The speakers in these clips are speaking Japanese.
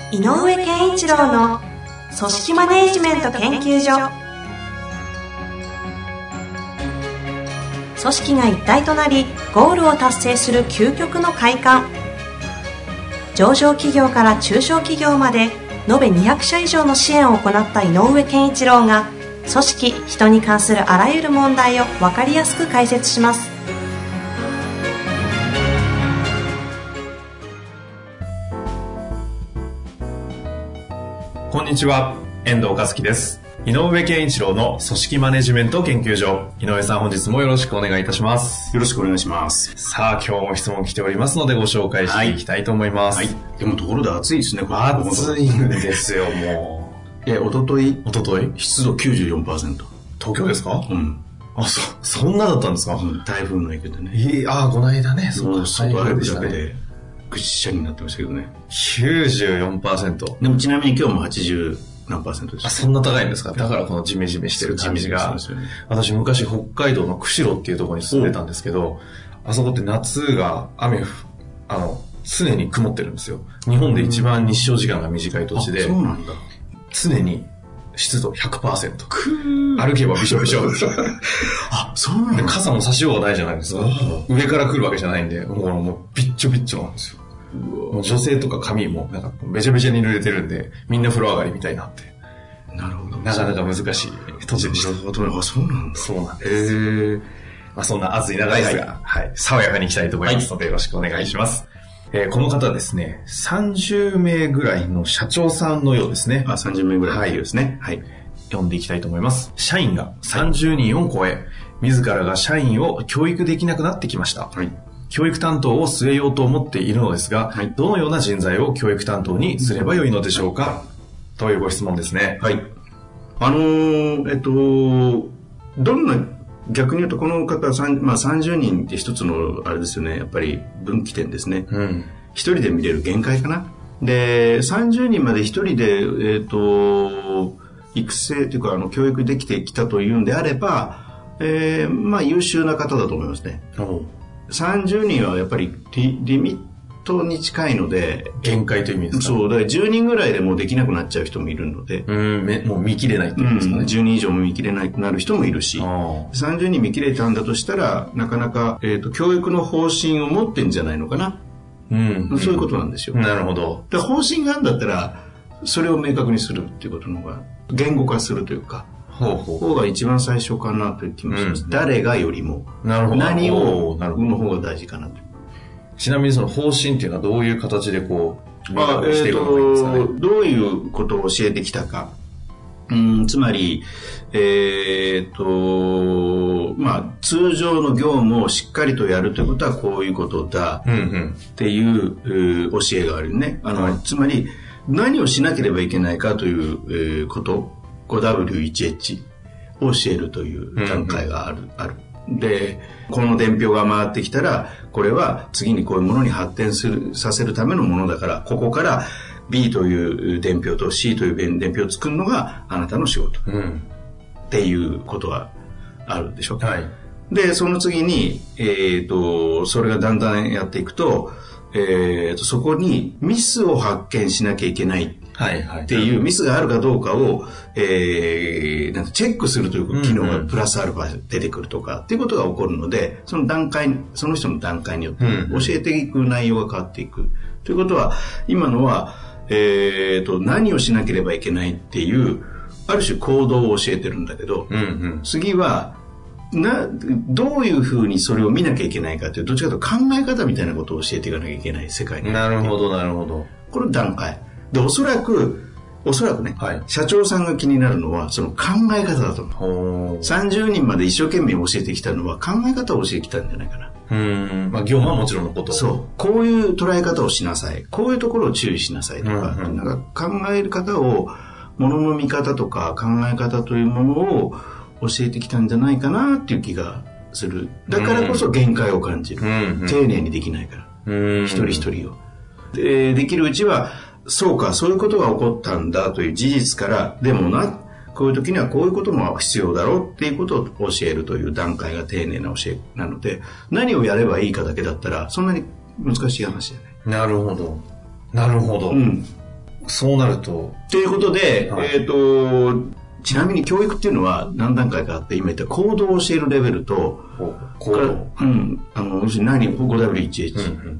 井上健一郎の組織マネジメント研究所。組織が一体となりゴールを達成する究極の快感。上場企業から中小企業まで延べ200社以上の支援を行った井上健一郎が、組織・人に関するあらゆる問題を分かりやすく解説します。 こんにちは、遠藤和樹です。井上健一郎の組織マネジメント研究所。井上さん、本日もよろしくお願いいたします。 よろしくお願いします。 さあ、今日も質問来ておりますのでご紹介していきたいと思います。 はい。でもところで暑いですね。 暑いんですよ、もう。おととい湿度 94%。 東京ですか？ うん。 そんなだったんですか？ うん、台風の影響でね。 この間ね、 そう外歩くだけでぐっしゃりになってましたけどね。 94%。 でもちなみに今日も80何%です。 そんな高いんですか？だからこのジメジメしてる感じが。私昔北海道の釧路っていうところに住んでたんですけど、あそこって夏が常に曇ってるんですよ。日本で一番日照時間が短い土地で、 そうなんだ。 常に湿度 100%。歩けばびしょびしょ。 そうなんだ。 傘も差しようがないじゃないですか。上から来るわけじゃないんで、もうビッチョビッチョなんですよ。もう女性とか髪もなんかべちゃべちゃに濡れてるんで、みんな風呂上がりみたいになって。 なるほど。 なかなか難しい土地でした。 そうなんだ。 そうなんです。そんな暑い中ですが、爽やかにいきたいと思いますので、よろしくお願いします。この方ですね、30名ぐらいの社長さんのようですね。 30名ぐらいですね。 はい。読んでいきたいと思います。社員が30人を超え、自らが社員を教育できなくなってきました。 はい。 教育担当を据えようと思っているのですが、どのような人材を教育担当にすればよいのでしょうか、というご質問ですね。 はい。どんな、逆に言うとこの方は30人って一つのあれですよね、やっぱり分岐点ですね。一人で見れる限界かな。で、30人まで一人で、育成というか教育できてきたというんであれば、優秀な方だと思いますね。30人はやっぱりリミットに近いので、 限界という意味ですか？ そう、だから10人ぐらいでもうできなくなっちゃう人もいるので、 もう見切れないっていうんですかね。 10人以上も見切れなくなる人もいるし、30人見切れたんだとしたら、なかなか、教育の方針を持ってんじゃないのかな。そういうことなんですよ。 なるほど。 で、方針があるんだったら、それを明確にするっていうことの方が、言語化するというか、方が一番最初かなという気もします。誰がよりも、何をの方が大事かなと。 ちなみにその方針っていうのはどういう形で明確にしていくのがいいですかね？ どういうことを教えてきたか。つまり、通常の業務をしっかりとやるということはこういうことだっていう教えがあるね。つまり何をしなければいけないかということ、W1H を教えるという段階がある。で、この伝票が回ってきたら、これは次にこういうものに発展させるためのものだから、ここからB という伝票と C という伝票を作るのがあなたの仕事。っていうことがあるでしょ。で、その次に、それがだんだんやっていくと、そこにミスを発見しなきゃいけないっていうミスがあるかどうかを、チェックするという機能がプラスアルファ出てくるとかっていうことが起こるので、その人の段階によって教えていく内容が変わっていくということは、今のは、何をしなければいけないっていうある種行動を教えてるんだけど、次はどういうふうにそれを見なきゃいけないかという、どっちかというと考え方みたいなことを教えていかなきゃいけない世界になるほど。 この段階で、おそらくね、社長さんが気になるのはその考え方だと思う。30人まで一生懸命教えてきたのは考え方を教えてきたんじゃないかな。 業務はもちろんのこと。 そう。こういう捉え方をしなさい。こういうところを注意しなさいとか、なんか考える方を、ものの見方とか考え方というものを教えてきたんじゃないかなっていう気がする。だからこそ限界を感じる。丁寧にできないから。一人一人を。できるうちは、そうか、そういうことが起こったんだという事実から、でもな、こういう時にはこういうことも必要だろうっていうことを教えるという段階が丁寧な教えなので、何をやればいいかだけだったらそんなに難しい話じゃない。 なるほど。 そうなると。 ということで、 はい、 ちなみに教育っていうのは何段階かあって、今言った行動を教えるレベルと、 行動、 要するに何 5W1H、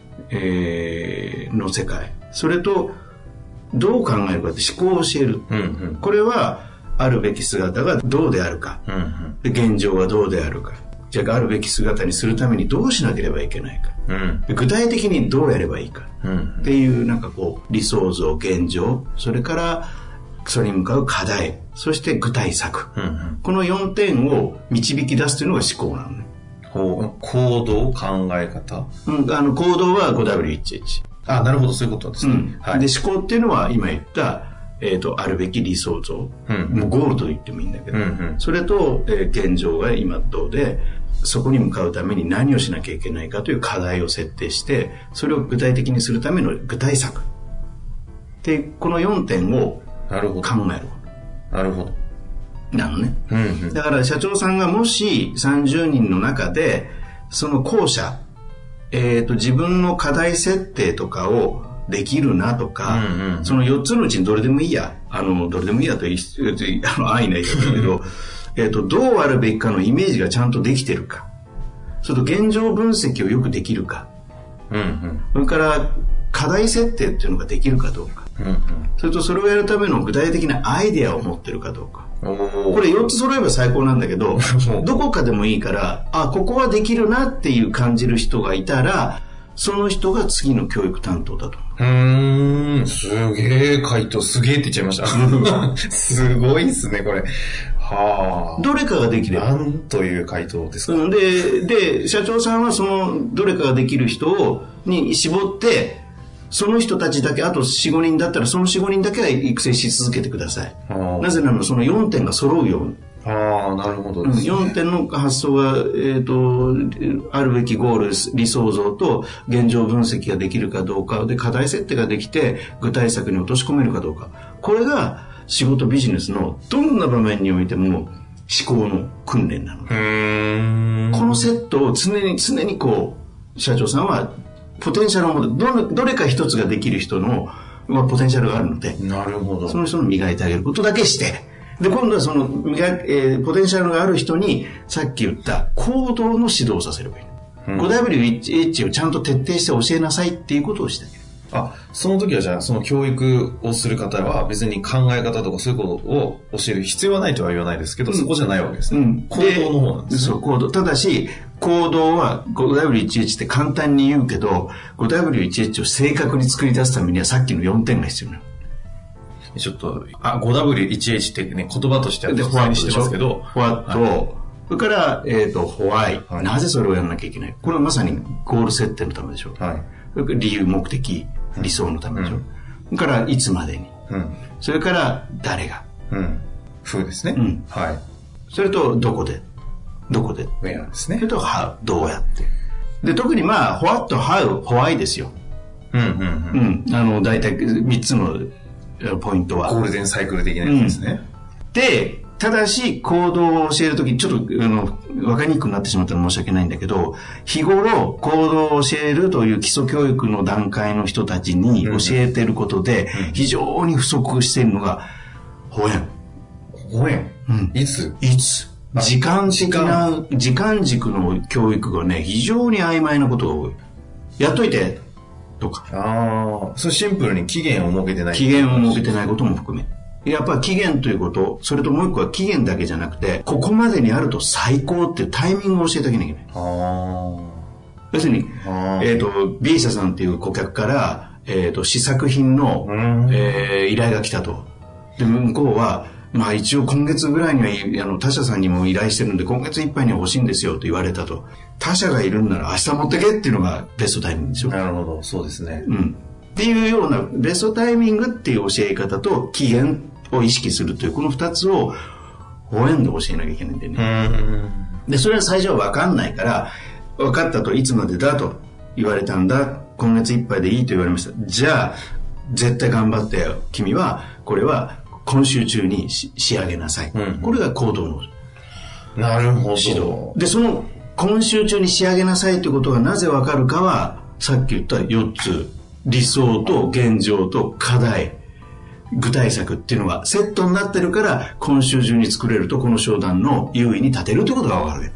の世界、それとどう考えるかって思考を教える、これはあるべき姿がどうであるか、で現状はどうであるか、じゃああるべき姿にするためにどうしなければいけないか、で具体的にどうやればいいか、っていうなんかこう理想像、現状、それからそれに向かう課題、そして具体策、この4点を導き出すというのが思考なのね。 行動、考え方、 行動は 5W1H。 あ、なるほど、そういうことですね。 はい、で思考っていうのは今言ったあるべき理想像、もうゴールと言ってもいいんだけど、それと、現状が今どうで、そこに向かうために何をしなきゃいけないかという課題を設定して、それを具体的にするための具体策で、この4点を考えること。 なるほど。 なのね、だから社長さんがもし30人の中でその後者、自分の課題設定とかをできるなとか、その4つのうちにどれでもいいや、どれでもいいやと安易な言い方だけど、どうあるべきかのイメージがちゃんとできてるか、それと現状分析をよくできるか、それから課題設定っていうのができるかどうか、それとそれをやるための具体的なアイデアを持ってるかどうか。これ4つ揃えば最高なんだけどどこかでもいいから、ここはできるなっていう感じる人がいたら、その人が次の教育担当だと。 すげえ回答、すげえって言っちゃいましたすごいですねこれ。はあ。 どれかができれば。 なんという回答ですか。 で社長さんはそのどれかができる人に絞って、その人たちだけ、あと 4,5 人だったらその 4,5 人だけは育成し続けてください。なぜならその4点が揃うように。 なるほどですね。 4点の発想が、あるべきゴール、理想像と現状分析ができるかどうかで、課題設定ができて具体策に落とし込めるかどうか、これが仕事ビジネスのどんな場面においても思考の訓練なの。このセットを常にこう社長さんはポテンシャルを持って、どれか一つができる人の、ポテンシャルがあるので、 なるほど。 その人の磨いてあげることだけして、で今度はそのポテンシャルがある人にさっき言った行動の指導をさせればいい。5W1H をちゃんと徹底して教えなさいっていうことをしてあげる。 その時はじゃあその教育をする方は別に考え方とかそういうことを教える必要はないとは言わないですけど、そこじゃないわけですね。行動の方なんですね。 そう、行動。ただし行動は 5W1H って簡単に言うけど、 5W1H を正確に作り出すためにはさっきの4点が必要なの。 ちょっと5W1H ってね、言葉としてはホワイトしてますけど、 ホワット、それからホワイ、なぜそれをやらなきゃいけない。これはまさにゴール設定のためでしょ。理由、目的、理想のためでしょ。それからいつまでに、それから誰が、 風ですね。 それとどこで、 ウェアですね。 それとhow、どうやって。で特にホワット、how、ホワイですよ。大体3つのポイントはゴールデンサイクル的なやつですね。 でただし行動を教えるとき、ちょっと分かりにくくなってしまったら申し訳ないんだけど、日頃行動を教えるという基礎教育の段階の人たちに教えていることで非常に不足しているのが保援、 いつ時間軸の教育がね、非常に曖昧なことが多い。やっといてとか、 それシンプルに期限を設けてないことも含め、やっぱり期限ということ、それともう一個は期限だけじゃなくて、ここまでにあると最高っていうタイミングを教えてあげなきゃいけない。要するに、B 社さんっていう顧客から、試作品の、依頼が来たと。で向こうは一応今月ぐらいには他社さんにも依頼してるんで今月いっぱいには欲しいんですよと言われたと。他社がいるんなら明日持ってけっていうのがベストタイミングですよ。 なるほど、そうですね。 っていうようなベストタイミングっていう教え方と期限を意識するというこの2つを応援で教えなきゃいけないんでね。でそれは最初は分かんないから、分かったと、いつまでだと言われたんだ、今月いっぱいでいいと言われました。じゃあ絶対頑張って君はこれは今週中に仕上げなさい、これが行動のなるほど指導で、その今週中に仕上げなさいということがなぜ分かるかはさっき言った4つ理想と現状と課題、具体策っていうのがセットになってるから、今週中に作れるとこの商談の優位に立てるということがわかるね。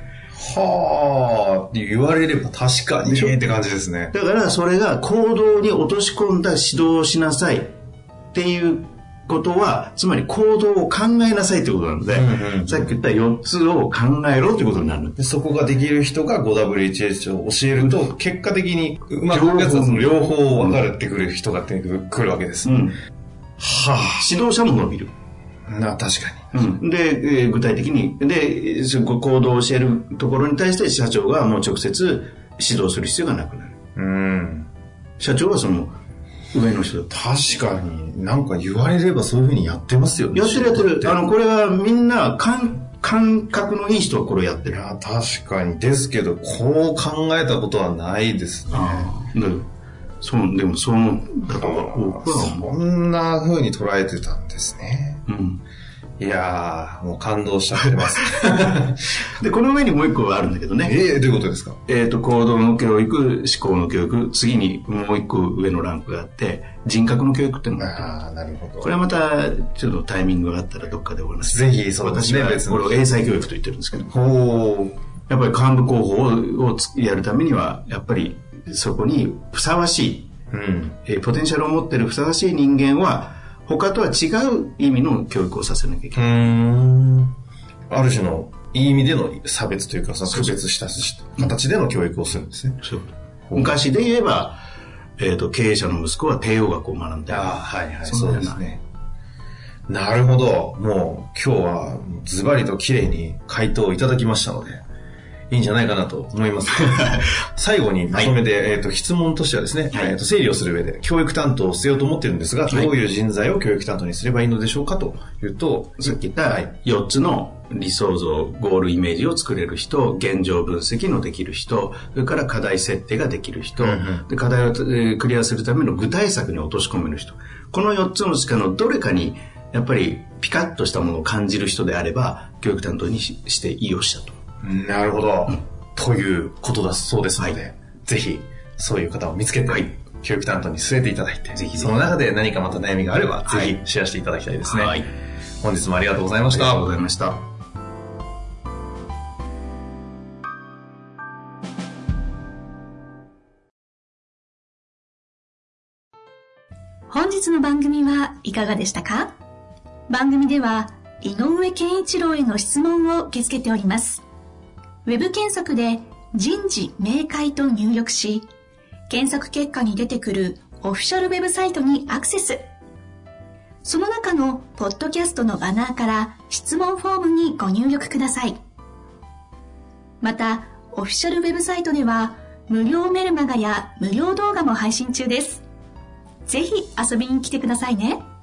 はあ、言われれば確かにって感じですね。 だからそれが行動に落とし込んだ指導をしなさいっていうことは、つまり行動を考えなさいということなので、さっき言った4つを考えろということになる。 でそこができる人が 5WHH を教えると、結果的にうまくいくやつはその両方分かるってくる人が来るわけです。はあ、指導者も伸びる。 確かに。で、具体的に、で、行動を教えるところに対して社長がもう直接指導する必要がなくなる。社長はその上の人だ。 確かになんか言われればそういうふうにやってますよね。 やってる。これはみんな感覚のいい人はこれをやってる。 確かに。ですけど、こう考えたことはないですね。 でもそうだと僕はそんな風に捉えてたんですね。いやー、もう感動しちゃってます。 で、この上にもう一個あるんだけどね。 どういうことですか？ 行動の教育、思考の教育、次にもう一個上のランクがあって、人格の教育っていうのがあって。 なるほど。 これはまた、ちょっとタイミングがあったらどっかでお話し。 ぜひ、そうですね。 私はこれを英才教育と言ってるんですけど。やっぱり幹部候補をやるためには、やっぱりそこにふさわしい、ポテンシャルを持っているふさわしい人間は、他とは違う意味の教育をさせなきゃいけない。 ある種のいい意味での差別というか、その区別した形での教育をするんですね。 そう。昔で言えば、経営者の息子は帝王学を学んで。 そうですね。なるほど。もう今日はズバリと綺麗に回答をいただきましたので、いいんじゃないかなと思います。最後にまとめて、質問としてはですね、整理をする上で教育担当を捨てようと思っているんですが、どういう人材を教育担当にすればいいのでしょうかというと、 さっき言った4つの理想像、ゴールイメージを作れる人、現状分析のできる人、それから課題設定ができる人、で課題をクリアするための具体策に落とし込める人。この4つの中のどれかにやっぱりピカッとしたものを感じる人であれば、教育担当にしていいよっしゃと。 なるほど、ということだそうですので、ぜひそういう方を見つけて、教育担当に据えていただいて、ぜひその中で何かまた悩みがあれば、ぜひシェアしていただきたいですね。本日もありがとうございました。 ありがとうございました。 本日の番組はいかがでしたか？番組では井上健一郎への質問を受け付けております。ウェブ検索で人事明快と入力し、検索結果に出てくるオフィシャルウェブサイトにアクセス。その中のポッドキャストのバナーから質問フォームにご入力ください。また、オフィシャルウェブサイトでは無料メルマガや無料動画も配信中です。ぜひ遊びに来てくださいね。